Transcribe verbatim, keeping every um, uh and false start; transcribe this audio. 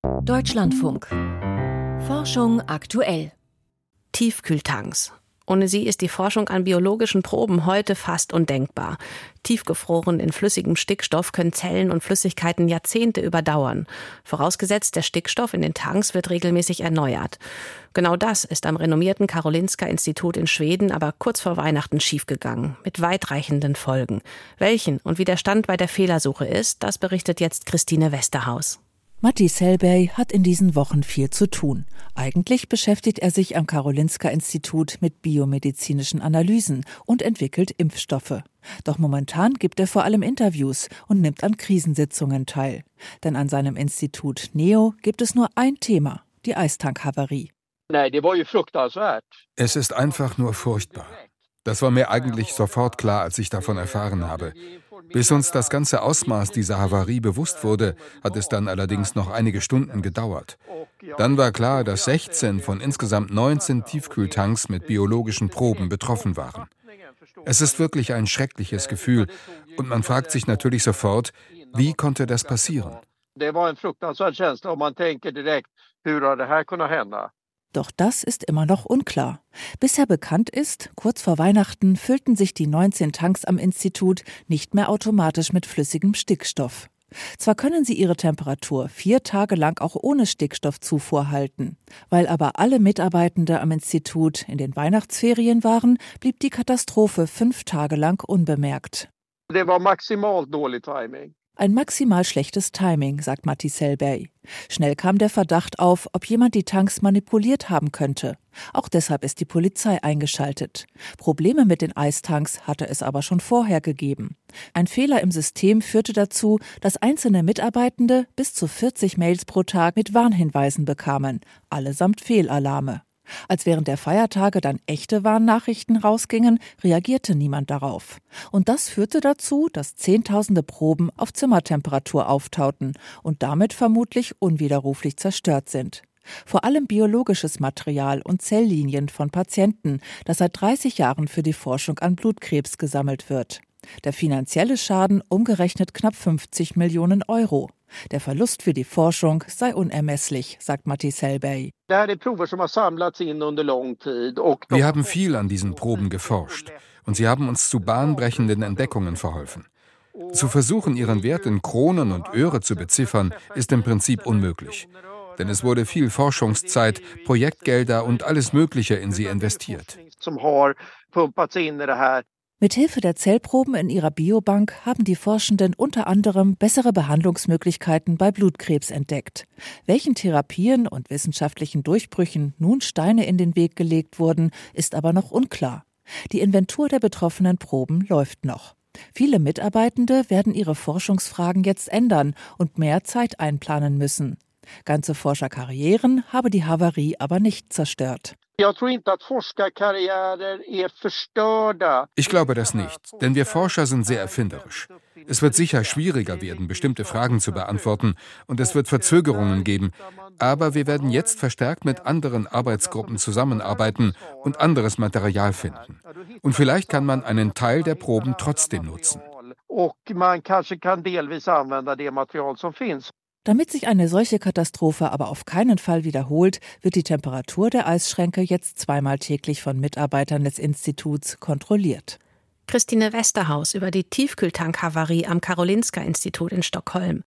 Deutschlandfunk. Forschung aktuell. Tiefkühltanks. Ohne sie ist die Forschung an biologischen Proben heute fast undenkbar. Tiefgefroren in flüssigem Stickstoff können Zellen und Flüssigkeiten Jahrzehnte überdauern. Vorausgesetzt, der Stickstoff in den Tanks wird regelmäßig erneuert. Genau das ist am renommierten Karolinska-Institut in Schweden aber kurz vor Weihnachten schiefgegangen, mit weitreichenden Folgen. Welchen und wie der Stand bei der Fehlersuche ist, das berichtet jetzt Christine Westerhaus. Matti Sellberg hat in diesen Wochen viel zu tun. Eigentlich beschäftigt er sich am Karolinska-Institut mit biomedizinischen Analysen und entwickelt Impfstoffe. Doch momentan gibt er vor allem Interviews und nimmt an Krisensitzungen teil. Denn an seinem Institut NEO gibt es nur ein Thema, die Eistank-Havarie. Es ist einfach nur furchtbar. Das war mir eigentlich sofort klar, als ich davon erfahren habe. Bis uns das ganze Ausmaß dieser Havarie bewusst wurde, hat es dann allerdings noch einige Stunden gedauert. Dann war klar, dass sechzehn von insgesamt neunzehn Tiefkühltanks mit biologischen Proben betroffen waren. Es ist wirklich ein schreckliches Gefühl und man fragt sich natürlich sofort, wie konnte das passieren? Doch das ist immer noch unklar. Bisher bekannt ist, kurz vor Weihnachten füllten sich die neunzehn Tanks am Institut nicht mehr automatisch mit flüssigem Stickstoff. Zwar können sie ihre Temperatur vier Tage lang auch ohne Stickstoffzufuhr halten. Weil aber alle Mitarbeitende am Institut in den Weihnachtsferien waren, blieb die Katastrophe fünf Tage lang unbemerkt. Das war maximal dålig Timing. Ein maximal schlechtes Timing, sagt Matti Sellberg. Schnell kam der Verdacht auf, ob jemand die Tanks manipuliert haben könnte. Auch deshalb ist die Polizei eingeschaltet. Probleme mit den Eistanks hatte es aber schon vorher gegeben. Ein Fehler im System führte dazu, dass einzelne Mitarbeitende bis zu vierzig Mails pro Tag mit Warnhinweisen bekamen, allesamt Fehlalarme. Als während der Feiertage dann echte Warnnachrichten rausgingen, reagierte niemand darauf. Und das führte dazu, dass Zehntausende Proben auf Zimmertemperatur auftauten und damit vermutlich unwiderruflich zerstört sind. Vor allem biologisches Material und Zelllinien von Patienten, das seit dreißig Jahren für die Forschung an Blutkrebs gesammelt wird. Der finanzielle Schaden umgerechnet knapp fünfzig Millionen Euro. Der Verlust für die Forschung sei unermesslich, sagt Matti Sellberg. Wir haben viel an diesen Proben geforscht und sie haben uns zu bahnbrechenden Entdeckungen verholfen. Zu versuchen, ihren Wert in Kronen und Öre zu beziffern, ist im Prinzip unmöglich. Denn es wurde viel Forschungszeit, Projektgelder und alles Mögliche in sie investiert. Mithilfe der Zellproben in ihrer Biobank haben die Forschenden unter anderem bessere Behandlungsmöglichkeiten bei Blutkrebs entdeckt. Welchen Therapien und wissenschaftlichen Durchbrüchen nun Steine in den Weg gelegt wurden, ist aber noch unklar. Die Inventur der betroffenen Proben läuft noch. Viele Mitarbeitende werden ihre Forschungsfragen jetzt ändern und mehr Zeit einplanen müssen. Ganze Forscherkarrieren habe die Havarie aber nicht zerstört. Ich glaube das nicht, denn wir Forscher sind sehr erfinderisch. Es wird sicher schwieriger werden, bestimmte Fragen zu beantworten und es wird Verzögerungen geben. Aber wir werden jetzt verstärkt mit anderen Arbeitsgruppen zusammenarbeiten und anderes Material finden. Und vielleicht kann man einen Teil der Proben trotzdem nutzen. Damit sich eine solche Katastrophe aber auf keinen Fall wiederholt, wird die Temperatur der Eisschränke jetzt zweimal täglich von Mitarbeitern des Instituts kontrolliert. Christine Westerhaus über die Tiefkühltank-Havarie am Karolinska-Institut in Stockholm.